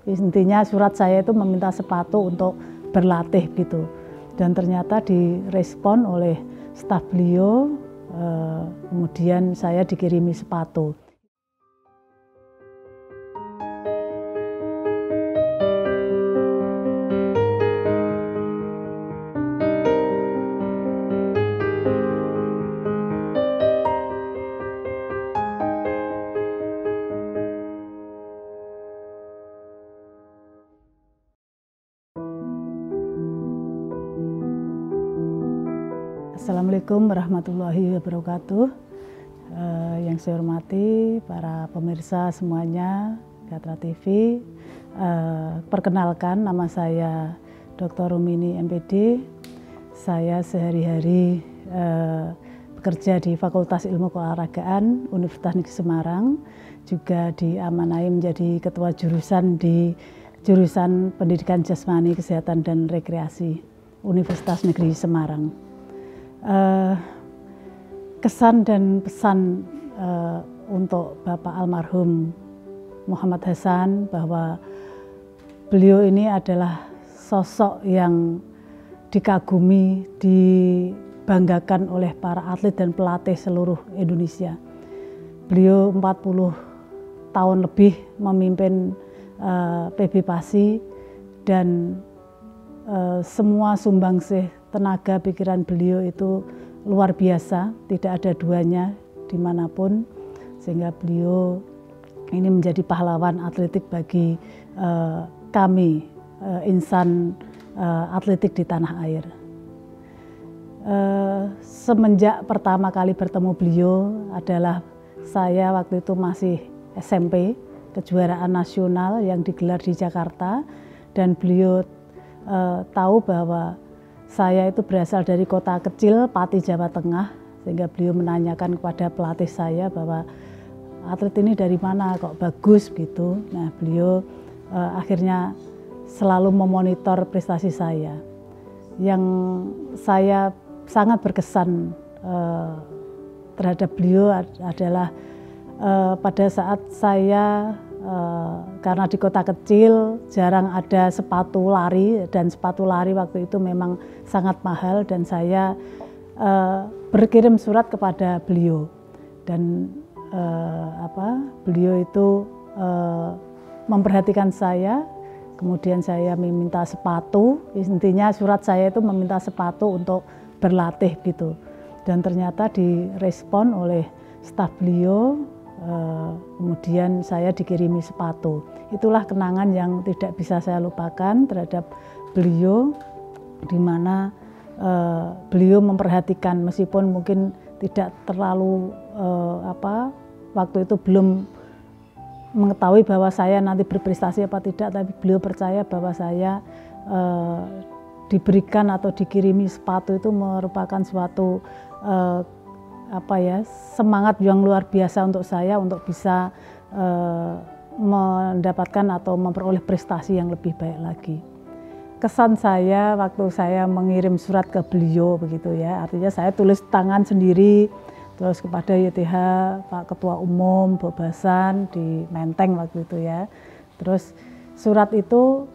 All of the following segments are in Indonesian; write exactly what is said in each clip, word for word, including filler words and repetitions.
Intinya surat saya itu meminta sepatu untuk berlatih gitu. Dan ternyata direspon oleh staf beliau, eh, kemudian saya dikirimi sepatu. Assalamualaikum warahmatullahi wabarakatuh. Eh, yang saya hormati para pemirsa semuanya, Gatra T V. Eh, perkenalkan, nama saya doktor Rumini M P D. Saya sehari-hari eh, bekerja di Fakultas Ilmu Keolahragaan Universitas Negeri Semarang, juga diamanai menjadi ketua jurusan di jurusan Pendidikan Jasmani, Kesehatan dan Rekreasi Universitas Negeri Semarang. Uh, kesan dan pesan uh, untuk Bapak almarhum Muhammad Hasan, bahwa beliau ini adalah sosok yang dikagumi, dibanggakan oleh para atlet dan pelatih seluruh Indonesia. Beliau empat puluh tahun lebih memimpin uh, P B Pasi, dan uh, semua sumbangsih tenaga pikiran beliau itu luar biasa, tidak ada duanya dimanapun, sehingga beliau ini menjadi pahlawan atletik bagi uh, kami, uh, insan uh, atletik di tanah air. Uh, semenjak pertama kali bertemu beliau adalah saya waktu itu masih S M P, kejuaraan nasional yang digelar di Jakarta, dan beliau uh, tahu bahwa saya itu berasal dari kota kecil, Pati, Jawa Tengah, sehingga beliau menanyakan kepada pelatih saya bahwa atlet ini dari mana kok bagus gitu. Nah, beliau eh, akhirnya selalu memonitor prestasi saya. Yang saya sangat berkesan eh, terhadap beliau adalah eh, pada saat saya Uh, karena di kota kecil jarang ada sepatu lari, dan sepatu lari waktu itu memang sangat mahal, dan saya uh, berkirim surat kepada beliau, dan uh, apa beliau itu uh, memperhatikan saya. Kemudian saya meminta sepatu, intinya surat saya itu meminta sepatu untuk berlatih gitu, dan ternyata direspon oleh staf beliau. Uh, kemudian saya dikirimi sepatu. Itulah kenangan yang tidak bisa saya lupakan terhadap beliau, di mana uh, beliau memperhatikan, meskipun mungkin tidak terlalu uh, apa waktu itu belum mengetahui bahwa saya nanti berprestasi apa tidak, tapi beliau percaya bahwa saya uh, diberikan atau dikirimi sepatu itu merupakan suatu uh, apa ya semangat yang luar biasa untuk saya untuk bisa uh, mendapatkan atau memperoleh prestasi yang lebih baik lagi. Kesan saya waktu saya mengirim surat ke beliau begitu ya, artinya saya tulis tangan sendiri, terus kepada Y T H Pak Ketua Umum Bobasan di Menteng waktu itu ya. Terus surat itu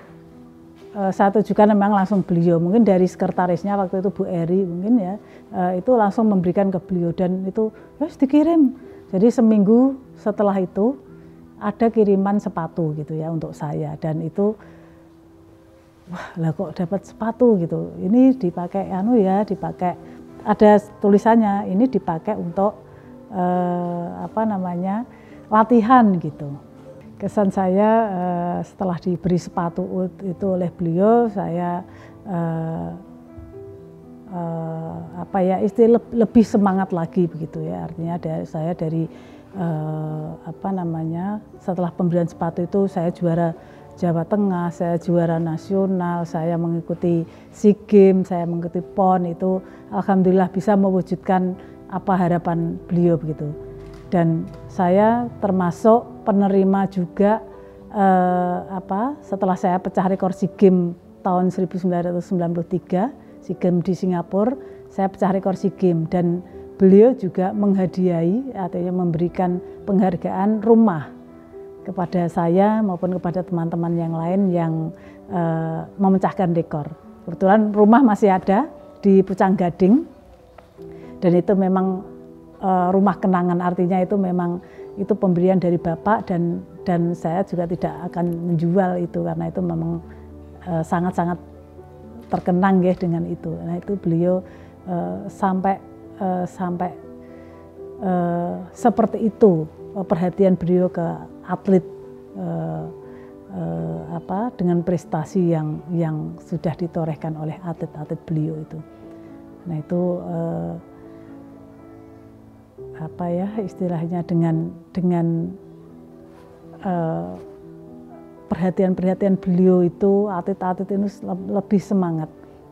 uh, saya tujukan memang langsung beliau, mungkin dari sekretarisnya waktu itu Bu Eri mungkin ya. Uh, itu langsung memberikan ke beliau, dan itu harus dikirim. Jadi seminggu setelah itu ada kiriman sepatu gitu ya untuk saya, dan itu wah lah kok dapat sepatu gitu. Ini dipakai anu ya, dipakai ada tulisannya, ini dipakai untuk uh, apa namanya latihan gitu. Kesan saya uh, setelah diberi sepatu itu oleh beliau, saya uh, Uh, apa ya istilah lebih semangat lagi begitu ya, artinya dari saya dari uh, apa namanya setelah pemberian sepatu itu saya juara Jawa Tengah, saya juara nasional, saya mengikuti SEA Games, saya mengikuti P O N, itu alhamdulillah bisa mewujudkan apa harapan beliau begitu. Dan saya termasuk penerima juga uh, apa setelah saya pecah rekor SEA Games tahun seribu sembilan ratus sembilan puluh tiga, SEA Games di Singapura, saya pecah rekor SEA Games, dan beliau juga menghadiahi, artinya memberikan penghargaan rumah kepada saya maupun kepada teman-teman yang lain yang uh, memecahkan rekor. Kebetulan rumah masih ada di Pucang Gading dan itu memang uh, rumah kenangan, artinya itu memang itu pemberian dari Bapak dan dan saya juga tidak akan menjual itu karena itu memang sangat-sangat uh, terkenang ya dengan itu. Nah itu beliau uh, sampai uh, sampai uh, seperti itu uh, perhatian beliau ke atlet uh, uh, apa dengan prestasi yang yang sudah ditorehkan oleh atlet-atlet beliau itu. Nah itu uh, apa ya istilahnya dengan dengan uh, perhatian-perhatian beliau itu atlet-atlet itu lebih semangat.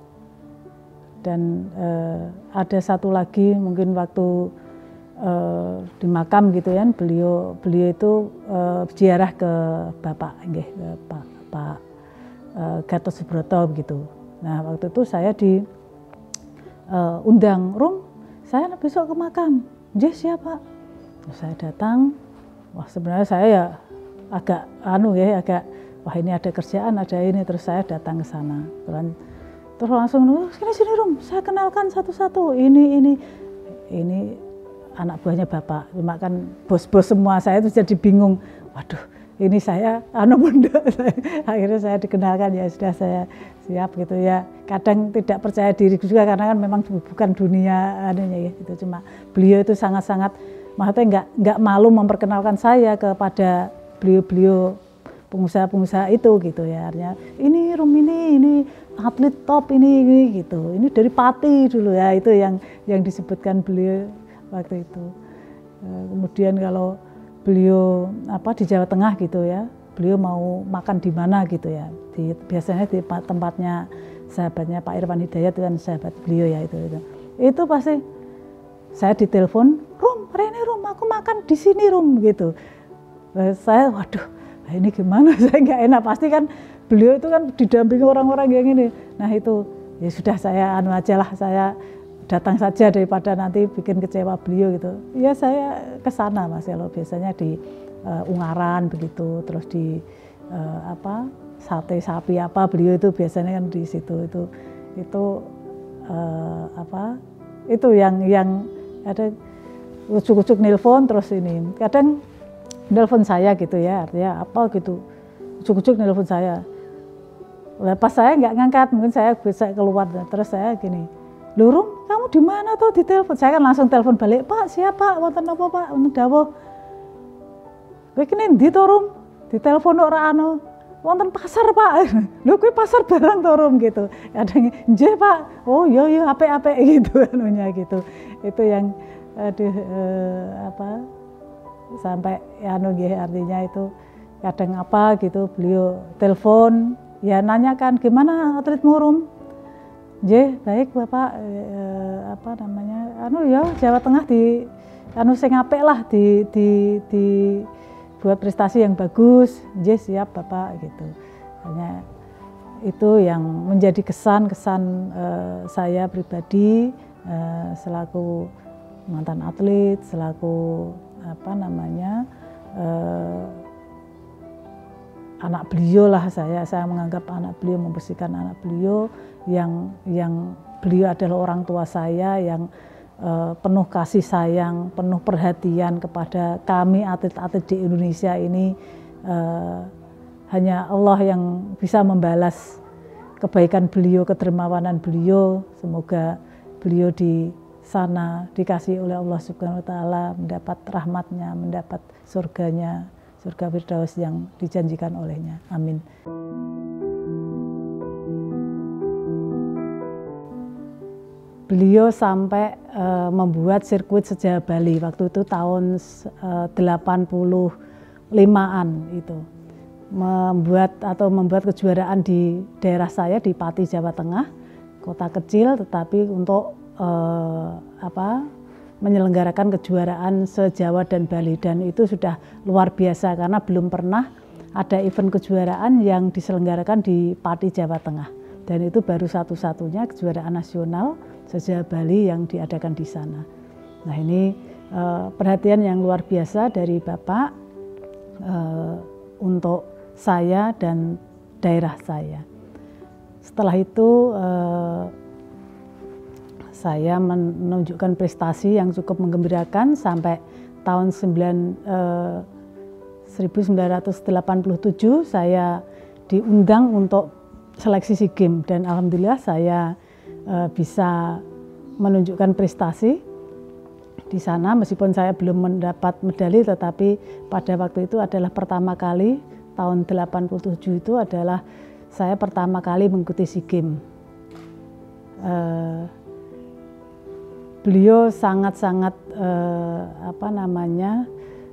Dan uh, ada satu lagi mungkin waktu Uh, di makam gitu ya, beliau beliau itu uh, ziarah ke Bapak, nggih, ke Pak Pak uh, Gatot Subroto gitu. Nah waktu itu saya di uh, undang, Rum, saya besok ke makam. Nggih, siapa? Terus saya datang. Wah sebenarnya saya ya agak anu ya, agak wah ini ada kerjaan, ada ini, terus saya datang ke sana. Terus langsung, sini sini Rum, saya kenalkan satu-satu. Ini ini ini. Anak buahnya Bapak, cuma kan bos-bos semua, saya itu jadi bingung, waduh ini saya anu bunda, akhirnya saya dikenalkan, ya sudah saya siap gitu ya. Kadang tidak percaya diri juga karena kan memang bukan dunia anunya ya, itu cuma beliau itu sangat-sangat, maksudnya nggak nggak malu memperkenalkan saya kepada beliau-beliau pengusaha-pengusaha itu gitu ya, artinya ini Rum ini ini atlet top ini, ini gitu, ini dari Pati dulu ya, itu yang yang disebutkan beliau waktu itu. Kemudian kalau beliau apa di Jawa Tengah gitu ya, beliau mau makan di mana gitu ya, di, biasanya di tempatnya sahabatnya Pak Irfan Hidayat itu kan sahabat beliau ya itu itu, itu pasti saya ditelepon, Rum, Rene Rum, aku makan di sini Rum gitu. Saya waduh, ini gimana, saya nggak enak, pasti kan beliau itu kan didampingi orang-orang yang ini. Nah itu ya sudah saya anu aja lah, saya datang saja daripada nanti bikin kecewa beliau gitu. Ya saya ke sana Mas Elo, biasanya di uh, Ungaran begitu, terus di uh, apa sate sapi apa beliau itu biasanya kan di situ itu itu uh, apa itu yang yang ada ucuk-ucuk nelpon terus ini. Kadang nelpon saya gitu ya, artinya apa gitu. Ucuk-ucuk nelpon saya. Lepas saya nggak ngangkat, mungkin saya bisa keluar terus saya gini. Lurung, kamu di mana tuh di telepon? Saya kan langsung telepon balik, Pak, siapa? Wonten apa Pak? Wonten dawuh. Kowe kene ndi to Rum? Di telepon ora anu. Wonten pasar Pak. Lho kowe pasar barang to Rum gitu. Kadang nggih Pak. Oh iya iya apik-apik gitu anunya gitu. Itu yang aduh eh, apa sampai ya anu nggih artinya itu kadang apa gitu beliau telepon ya nanyakan gimana atletmu Rum? Nggih, baik Bapak, eh, apa namanya, anu ya Jawa Tengah di anu sing apik lah, di di di buat prestasi yang bagus. Nggih, siap Bapak gitu. Hanya itu yang menjadi kesan-kesan eh, saya pribadi eh, selaku mantan atlet, selaku apa namanya eh, anak beliau lah saya, saya menganggap anak beliau, membersihkan anak beliau yang yang beliau adalah orang tua saya yang uh, penuh kasih sayang, penuh perhatian kepada kami atlet-atlet di Indonesia ini. Uh, hanya Allah yang bisa membalas kebaikan beliau, kedermawanan beliau. Semoga beliau di sana dikasih oleh Allah Subhanahu wa taala, mendapat rahmatnya, mendapat surganya, surga Firdaus yang dijanjikan olehnya. Amin. Beliau sampai uh, membuat sirkuit Sejarah Bali waktu itu tahun uh, delapan puluh limaan itu. Membuat atau membuat kejuaraan di daerah saya di Pati, Jawa Tengah, kota kecil tetapi untuk uh, apa? menyelenggarakan kejuaraan se-Jawa dan Bali, dan itu sudah luar biasa karena belum pernah ada event kejuaraan yang diselenggarakan di Pati, Jawa Tengah, dan itu baru satu-satunya kejuaraan nasional se-Jawa Bali yang diadakan di sana. Nah ini eh, perhatian yang luar biasa dari Bapak uh, untuk saya dan daerah saya. Setelah itu uh, saya menunjukkan prestasi yang cukup menggembirakan sampai tahun seribu sembilan ratus delapan puluh tujuh saya diundang untuk seleksi SEA Games dan alhamdulillah saya uh, bisa menunjukkan prestasi di sana meskipun saya belum mendapat medali, tetapi pada waktu itu adalah pertama kali tahun delapan puluh tujuh itu adalah saya pertama kali mengikuti SEA Games. Uh, Beliau sangat-sangat eh, apa namanya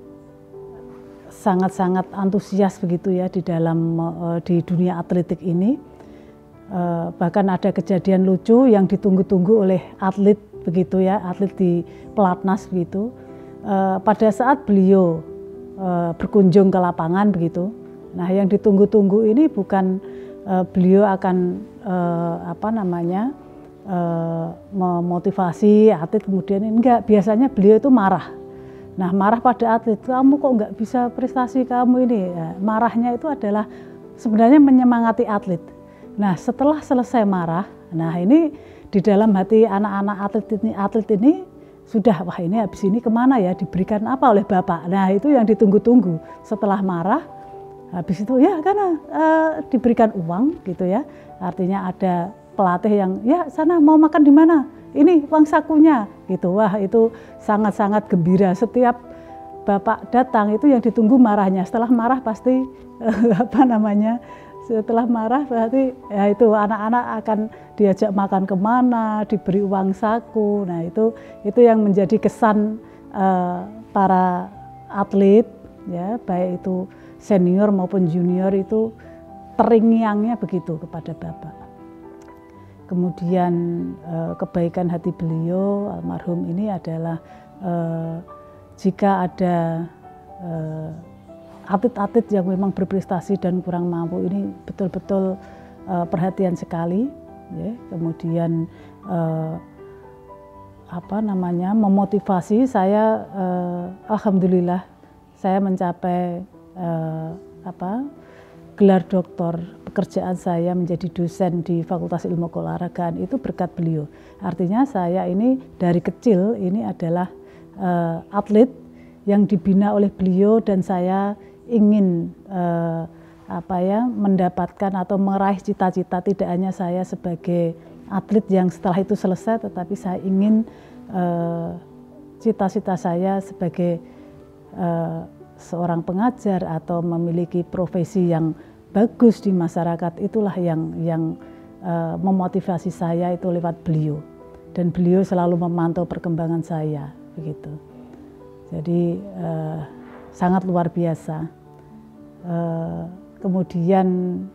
sangat-sangat antusias begitu ya di dalam eh, di dunia atletik ini. Eh, bahkan ada kejadian lucu yang ditunggu-tunggu oleh atlet begitu ya, atlet di pelatnas begitu. Eh, pada saat beliau eh, berkunjung ke lapangan begitu. Nah, yang ditunggu-tunggu ini bukan eh, beliau akan eh, apa namanya Uh, memotivasi atlet kemudian enggak, biasanya beliau itu marah. Nah, marah pada atlet, kamu kok enggak bisa prestasi kamu ini. Ya, marahnya itu adalah sebenarnya menyemangati atlet. Nah, setelah selesai marah, nah ini di dalam hati anak-anak atlet ini, atlet ini sudah, wah ini habis ini kemana ya, diberikan apa oleh bapak. Nah, itu yang ditunggu-tunggu. Setelah marah, habis itu ya karena uh, diberikan uang gitu ya, artinya ada pelatih yang ya sana mau makan di mana, ini uang sakunya gitu. Wah itu sangat-sangat gembira. Setiap bapak datang itu yang ditunggu marahnya. Setelah marah pasti eh, apa namanya setelah marah berarti ya itu anak-anak akan diajak makan kemana, diberi uang saku. Nah itu itu yang menjadi kesan eh, para atlet ya, baik itu senior maupun junior, itu terngiangnya begitu kepada bapak. Kemudian eh, kebaikan hati beliau almarhum ini adalah eh, jika ada atlet-atlet eh, yang memang berprestasi dan kurang mampu ini betul-betul eh, perhatian sekali, ya. Kemudian eh, apa namanya memotivasi saya. Eh, alhamdulillah saya mencapai eh, apa gelar doktor. Pekerjaan saya menjadi dosen di Fakultas Ilmu Keolahragaan itu berkat beliau. Artinya saya ini dari kecil ini adalah uh, atlet yang dibina oleh beliau dan saya ingin uh, apa ya mendapatkan atau meraih cita-cita tidak hanya saya sebagai atlet yang setelah itu selesai, tetapi saya ingin cita-cita uh, saya sebagai uh, seorang pengajar atau memiliki profesi yang bagus di masyarakat, itulah yang yang uh, memotivasi saya itu lewat beliau, dan beliau selalu memantau perkembangan saya begitu. Jadi uh, sangat luar biasa. Uh, kemudian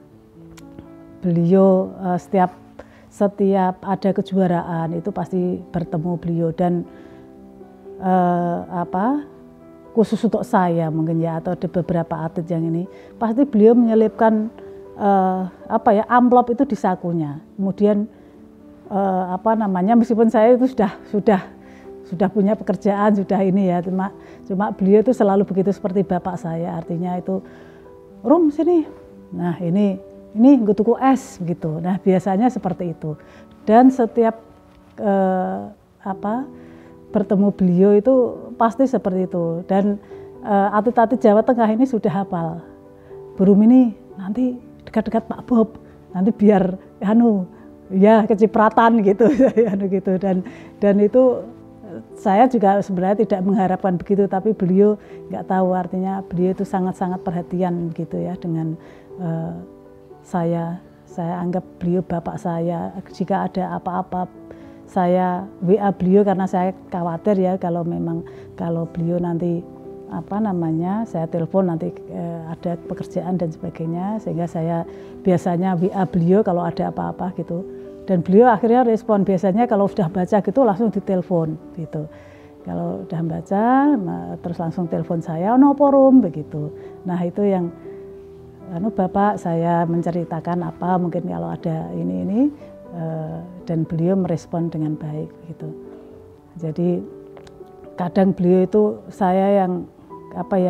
beliau uh, setiap setiap ada kejuaraan itu pasti bertemu beliau, dan uh, apa khusus untuk saya mungkin ya, atau ada beberapa atlet yang ini, pasti beliau menyelipkan uh, apa ya amplop itu di sakunya. Kemudian uh, apa namanya, meskipun saya itu sudah sudah sudah punya pekerjaan, sudah ini ya, cuma cuma beliau itu selalu begitu seperti bapak saya, artinya itu Rum sini, nah ini ini gue tuku es gitu. Nah biasanya seperti itu, dan setiap uh, apa bertemu beliau itu pasti seperti itu. Dan uh, atlet-atlet Jawa Tengah ini sudah hafal, Burum ini nanti dekat-dekat Pak Bob, nanti biar anu ya kecipratan gitu, anu gitu. Dan dan itu saya juga sebenarnya tidak mengharapkan begitu, tapi beliau nggak tahu, artinya beliau itu sangat-sangat perhatian gitu ya dengan uh, saya. Saya anggap beliau bapak saya. Jika ada apa-apa saya W A beliau, karena saya khawatir ya kalau memang kalau beliau nanti apa namanya saya telepon nanti eh, ada pekerjaan dan sebagainya, sehingga saya biasanya W A beliau kalau ada apa-apa gitu, dan beliau akhirnya respon. Biasanya kalau sudah baca gitu langsung ditelepon gitu, kalau udah baca terus langsung telepon saya, no forum begitu. Nah itu yang anu bapak saya menceritakan apa mungkin kalau ada ini ini Uh, dan beliau merespon dengan baik gitu. Jadi kadang beliau itu saya yang apa ya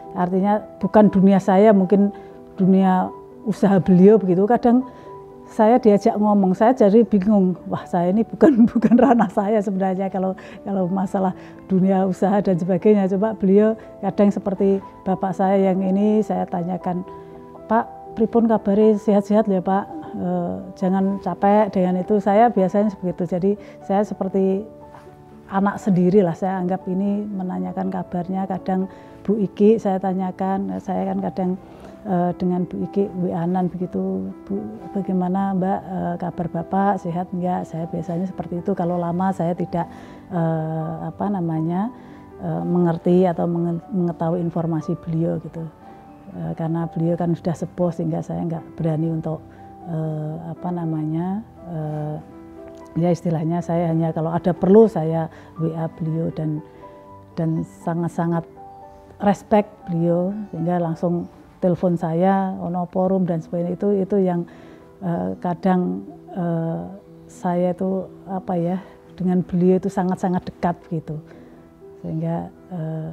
artinya bukan dunia saya, mungkin dunia usaha beliau begitu. Kadang saya diajak ngomong, saya jadi bingung, wah saya ini bukan bukan ranah saya sebenarnya kalau kalau masalah dunia usaha dan sebagainya. Coba beliau kadang seperti bapak saya yang ini, saya tanyakan, Pak, pripun kabari, sehat-sehat ya Pak, e, jangan capek dengan itu. Saya biasanya seperti itu, jadi saya seperti anak sendiri lah, saya anggap ini menanyakan kabarnya. Kadang Bu Iki saya tanyakan, saya kan kadang Uh, dengan Bu Iki W A-an begitu, Bu, bagaimana Mbak, uh, kabar Bapak, sehat enggak? Saya biasanya seperti itu. Kalau lama saya tidak uh, apa namanya uh, mengerti atau mengetahui informasi beliau gitu, uh, karena beliau kan sudah sepuh sehingga saya enggak berani untuk uh, apa namanya uh, ya istilahnya saya hanya kalau ada perlu saya W A beliau, dan dan sangat-sangat respect beliau sehingga langsung telepon saya, ono forum dan sebagainya. Itu itu yang uh, kadang uh, saya itu apa ya, dengan beliau itu sangat-sangat dekat gitu, sehingga uh,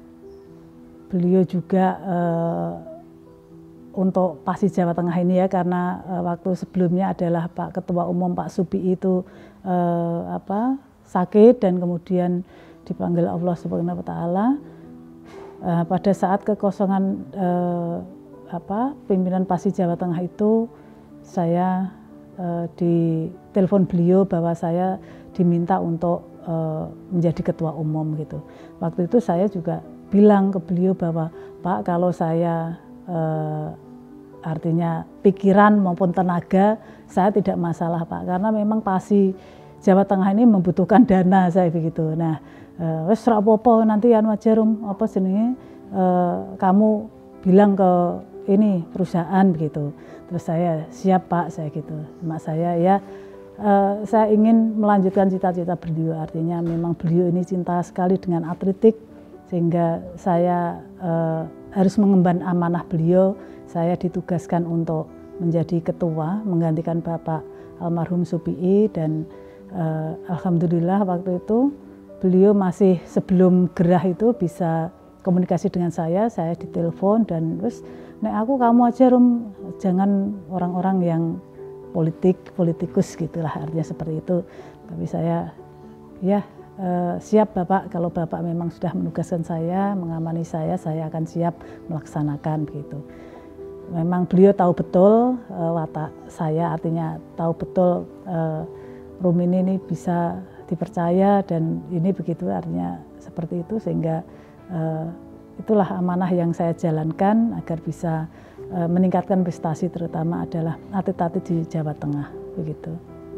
beliau juga uh, untuk Pasi Jawa Tengah ini ya, karena uh, waktu sebelumnya adalah Pak Ketua Umum Pak Supi itu uh, apa sakit dan kemudian dipanggil Allah Subhanahu Wa Taala. Uh, pada saat kekosongan uh, apa, pimpinan Pasi Jawa Tengah itu, saya uh, di telepon beliau bahwa saya diminta untuk uh, menjadi ketua umum gitu. Waktu itu saya juga bilang ke beliau bahwa Pak, kalau saya uh, artinya pikiran maupun tenaga saya tidak masalah Pak, karena memang Pasi Jawa Tengah ini membutuhkan dana, saya begitu. Nah, wes ora apa-apa, nanti anu aja Rum, apa jenenge, uh, kamu bilang ke ini perusahaan begitu. Terus saya siap Pak, saya gitu. Mak saya ya uh, saya ingin melanjutkan cita-cita beliau, artinya memang beliau ini cinta sekali dengan atletik sehingga saya uh, harus mengemban amanah beliau. Saya ditugaskan untuk menjadi ketua menggantikan Bapak almarhum Supii, dan uh, alhamdulillah waktu itu beliau masih sebelum gerah itu bisa komunikasi dengan saya, saya ditelepon dan terus, nek aku kamu aja Rum, jangan orang-orang yang politik, politikus gitulah, artinya seperti itu. Tapi saya, ya eh, siap Bapak, kalau Bapak memang sudah menugaskan saya, mengamani saya, saya akan siap melaksanakan begitu. Memang beliau tahu betul eh, watak saya, artinya tahu betul eh, Rumini ini bisa dipercaya dan ini begitu, artinya seperti itu, sehingga uh, itulah amanah yang saya jalankan agar bisa uh, meningkatkan prestasi, terutama adalah atlet-atlet di Jawa Tengah begitu.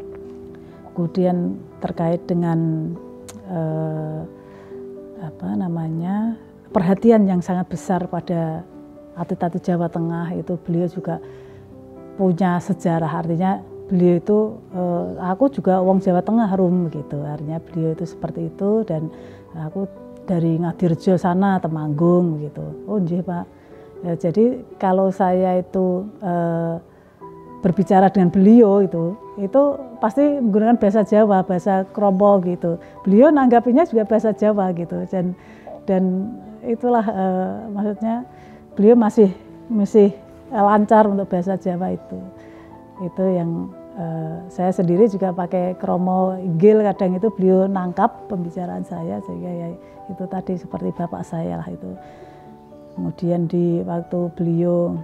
Kemudian terkait dengan uh, apa namanya perhatian yang sangat besar pada atlet-atlet Jawa Tengah, itu beliau juga punya sejarah, artinya beliau itu, eh, aku juga wong Jawa Tengah Rum gitu, artinya beliau itu seperti itu, dan aku dari Ngadirejo sana, Temanggung gitu. Oh nggih Pak. Ya, jadi kalau saya itu eh, berbicara dengan beliau itu, itu pasti menggunakan bahasa Jawa, bahasa Kromo gitu. Beliau nanggapinya juga bahasa Jawa gitu, dan dan itulah eh, maksudnya beliau masih masih lancar untuk bahasa Jawa itu. Itu yang Uh, saya sendiri juga pakai kromo inggil, kadang itu beliau nangkap pembicaraan saya, sehingga ya itu tadi seperti bapak saya lah itu. Kemudian di waktu beliau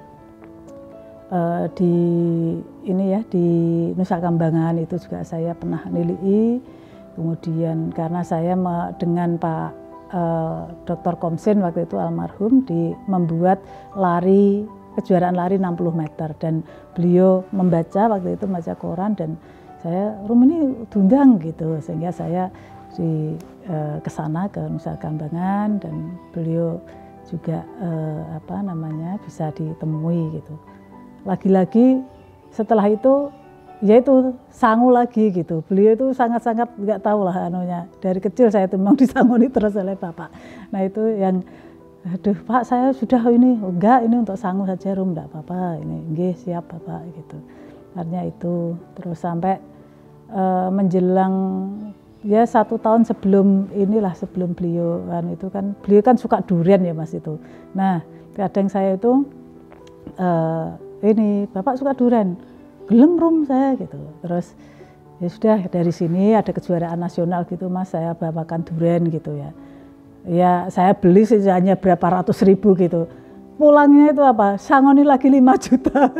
uh, di ini ya di Nusa Kambangan itu juga saya pernah nilai. Kemudian karena saya me, dengan Pak uh, Doktor Komsin waktu itu almarhum di membuat lari kejuaraan lari enam puluh meter, dan beliau membaca waktu itu membaca koran, dan saya Rum ini diundang gitu, sehingga saya di eh, kesana ke Nusa Kambangan, dan beliau juga eh, apa namanya bisa ditemui gitu. Lagi-lagi setelah itu yaitu sangu lagi gitu, beliau itu sangat-sangat nggak tahu lah anunya, dari kecil saya itu memang disanguni terus oleh bapak. Nah itu yang aduh Pak, saya sudah ini, oh, enggak ini untuk sangu saja Rum, enggak apa-apa, ini nggih siap Bapak gitu. Artinya itu terus sampai uh, menjelang ya satu tahun sebelum inilah sebelum beliau kan itu kan beliau kan suka durian ya Mas itu. Nah kadang saya itu uh, ini Bapak suka durian, gelem rum saya gitu. Terus ya sudah dari sini ada kejuaraan nasional gitu Mas, saya bawakan durian gitu ya. Ya saya beli sih hanya berapa ratus ribu gitu. Pulangnya itu apa? Sangoni lagi lima juta.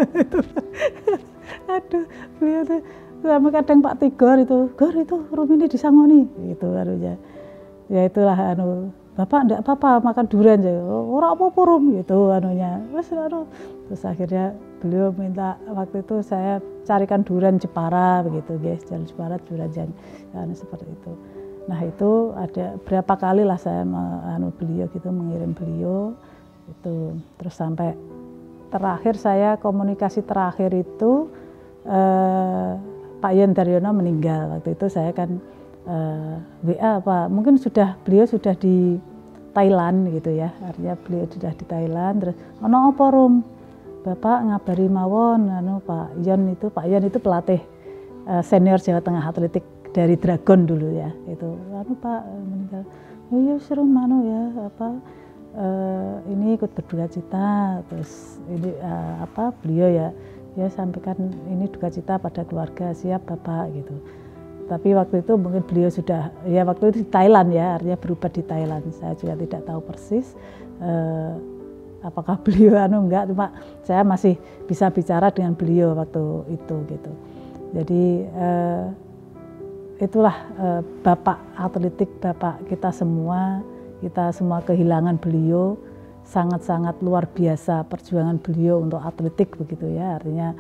Aduh, beliau tuh sama kadang Pak Tigor itu, Gor itu rum ini disangoni gitu anunya. Ya itulah anu, Bapak enggak apa-apa makan durian ya. Ora apa-apa rum gitu anunya. Wes anu. Terus akhirnya beliau minta waktu itu saya carikan durian Jepara begitu guys, jalan Jepara durian yang anu seperti itu. Nah itu ada berapa kali lah saya anu beliau gitu mengirim beliau itu, terus sampai terakhir saya komunikasi terakhir itu eh, Pak Yon Daryono meninggal. Waktu itu saya kan eh, W A Pak, mungkin sudah beliau sudah di Thailand gitu ya, artinya beliau sudah di Thailand. Terus ono apa rum, Bapak ngabari mawon anu Pak Yon itu, Pak Yon itu pelatih eh, senior Jawa Tengah atletik dari Dragon dulu ya, itu anu Pak meninggal. Oh iya seru manu ya apa uh, ini ikut berduka cita, terus ini uh, apa beliau ya ya sampaikan ini duka cita pada keluarga, siap Bapak gitu. Tapi waktu itu mungkin beliau sudah ya waktu itu di Thailand ya, artinya berubah di Thailand. Saya juga tidak tahu persis uh, apakah beliau anu enggak, cuma saya masih bisa bicara dengan beliau waktu itu gitu. Jadi uh, itulah eh, Bapak atletik, Bapak kita semua, kita semua kehilangan beliau, sangat-sangat luar biasa perjuangan beliau untuk atletik begitu ya, artinya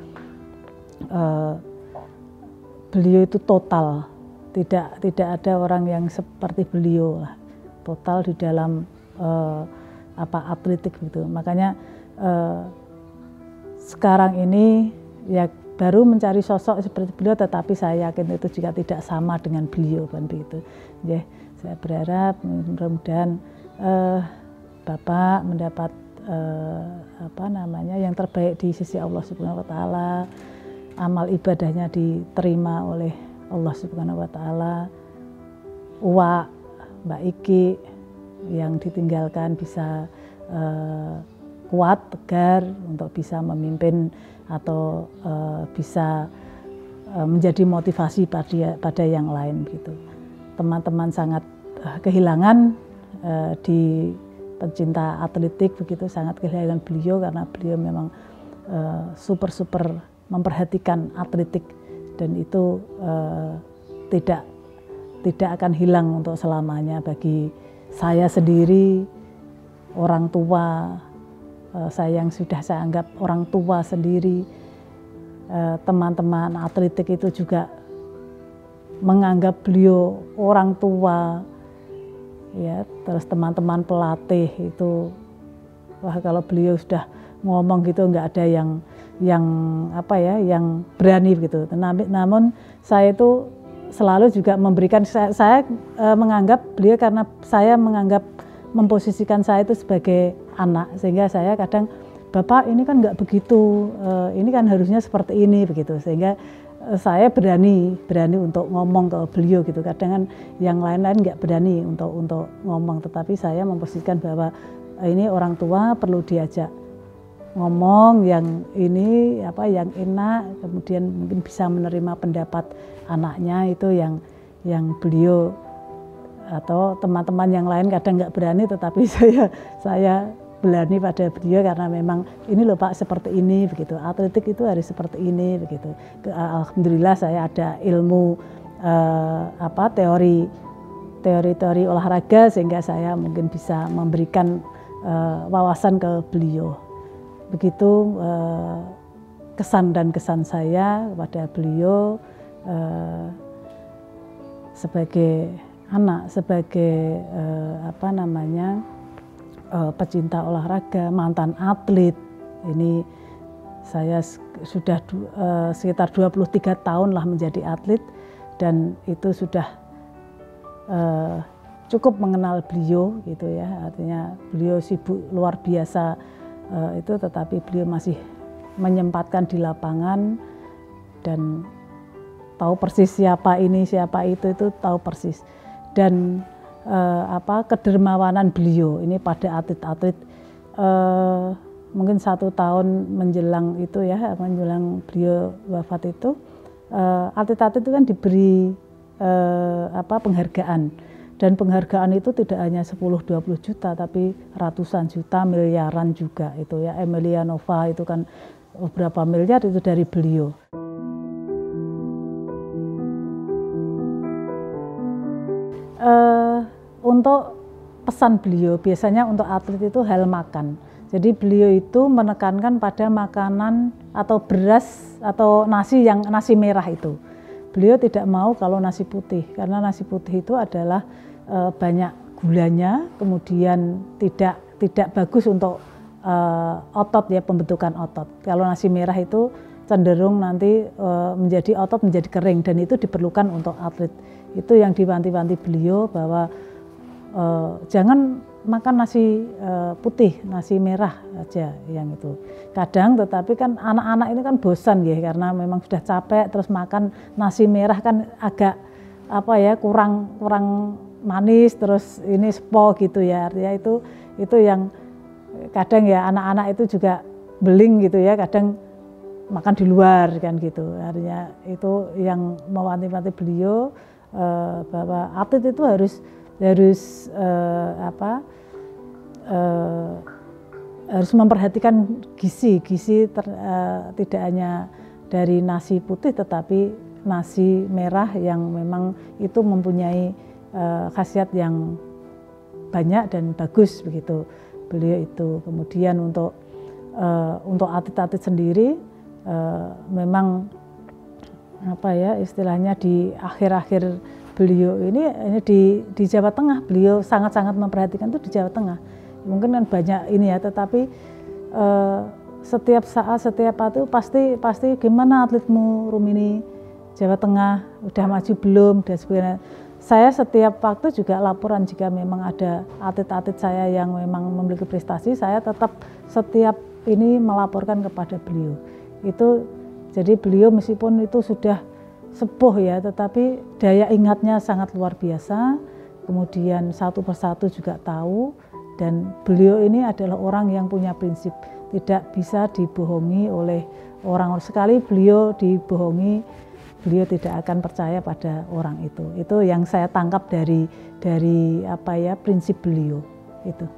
eh, beliau itu total, tidak tidak ada orang yang seperti beliau lah, total di dalam eh, apa atletik begitu. Makanya eh, sekarang ini ya baru mencari sosok seperti beliau, tetapi saya yakin itu juga tidak sama dengan beliau kan begitu. Ya, saya berharap mudah-mudahan eh, Bapak mendapat eh, apa namanya yang terbaik di sisi Allah Subhanahu Wa Taala, amal ibadahnya diterima oleh Allah Subhanahu Wa Taala, Uwa, Mbak Iki yang ditinggalkan bisa eh, kuat, tegar untuk bisa memimpin atau uh, bisa uh, menjadi motivasi pada pada yang lain gitu. Teman-teman sangat uh, kehilangan uh, di pencinta atletik begitu, sangat kehilangan beliau karena beliau memang uh, super super memperhatikan atletik dan itu uh, tidak tidak akan hilang untuk selamanya bagi saya sendiri, orang tua. Saya yang sudah saya anggap orang tua sendiri, teman-teman atletik itu juga menganggap beliau orang tua, ya. Terus teman-teman pelatih itu, wah kalau beliau sudah ngomong gitu nggak ada yang yang apa ya, yang berani gitu. Namun saya itu selalu juga memberikan, saya, saya e, menganggap beliau karena saya menganggap memposisikan saya itu sebagai anak, sehingga saya kadang Bapak ini kan nggak begitu, uh, ini kan harusnya seperti ini begitu, sehingga uh, saya berani berani untuk ngomong ke beliau gitu. Kadang kan yang lain-lain nggak berani untuk untuk ngomong, tetapi saya memposisikan bahwa uh, ini orang tua perlu diajak ngomong yang ini apa yang enak, kemudian mungkin bisa menerima pendapat anaknya, itu yang yang beliau atau teman-teman yang lain kadang nggak berani, tetapi saya saya berani pada beliau karena memang ini loh Pak seperti ini begitu, atletik itu harus seperti ini begitu. Alhamdulillah saya ada ilmu eh, apa teori teori-teori olahraga sehingga saya mungkin bisa memberikan eh, wawasan ke beliau. Begitu eh, kesan dan kesan saya kepada beliau eh, sebagai anak, sebagai eh, apa namanya eh, pecinta olahraga, mantan atlet. Ini saya sudah du, eh, sekitar dua puluh tiga tahun lah menjadi atlet, dan itu sudah eh, cukup mengenal beliau gitu ya. Artinya beliau sibuk luar biasa eh, itu, tetapi beliau masih menyempatkan di lapangan dan tahu persis siapa ini, siapa itu, itu tahu persis. Dan eh, apa kedermawanan beliau ini pada atlet-atlet eh, mungkin satu tahun menjelang itu ya, menjelang beliau wafat itu, atlet-atlet itu kan diberi eh, apa penghargaan, dan penghargaan itu tidak hanya sepuluh dua puluh juta tapi ratusan juta, miliaran juga itu ya. Emilianova itu kan beberapa miliar itu dari beliau. Eh, untuk pesan beliau biasanya untuk atlet itu hal makan. Jadi beliau itu menekankan pada makanan atau beras atau nasi yang nasi merah itu. Beliau tidak mau kalau nasi putih, karena nasi putih itu adalah e, banyak gulanya, kemudian tidak tidak bagus untuk e, otot ya, pembentukan otot. Kalau nasi merah itu cenderung nanti e, menjadi otot menjadi kering, dan itu diperlukan untuk atlet. Itu yang diwanti-wanti beliau bahwa e, jangan makan nasi uh, putih, nasi merah aja yang itu. Kadang tetapi kan anak-anak ini kan bosan ya, karena memang sudah capek terus makan nasi merah kan agak apa ya, kurang kurang manis, terus ini spo gitu ya. Artinya itu itu yang kadang ya anak-anak itu juga beling gitu ya, kadang makan di luar kan gitu. Artinya itu yang mewanti-wanti beliau uh, bahwa atlet itu harus harus uh, apa uh, harus memperhatikan gizi gizi ter, uh, tidak hanya dari nasi putih tetapi nasi merah yang memang itu mempunyai uh, khasiat yang banyak dan bagus begitu beliau itu. Kemudian untuk uh, untuk atlet-atlet sendiri uh, memang apa ya istilahnya di akhir-akhir beliau ini, ini di, di Jawa Tengah, beliau sangat-sangat memperhatikan itu di Jawa Tengah. Mungkin kan banyak ini ya, tetapi eh, setiap saat, setiap waktu pasti pasti gimana atletmu Rumini, Jawa Tengah, udah maju belum, dan sebagainya. Saya setiap waktu juga laporan jika memang ada atlet-atlet saya yang memang memiliki prestasi, saya tetap setiap ini melaporkan kepada beliau. Itu jadi beliau meskipun itu sudah sepuh ya, tetapi daya ingatnya sangat luar biasa. Kemudian satu persatu juga tahu, dan beliau ini adalah orang yang punya prinsip, tidak bisa dibohongi oleh orang. Sekali beliau dibohongi, beliau tidak akan percaya pada orang itu. Itu yang saya tangkap dari dari apa ya prinsip beliau itu.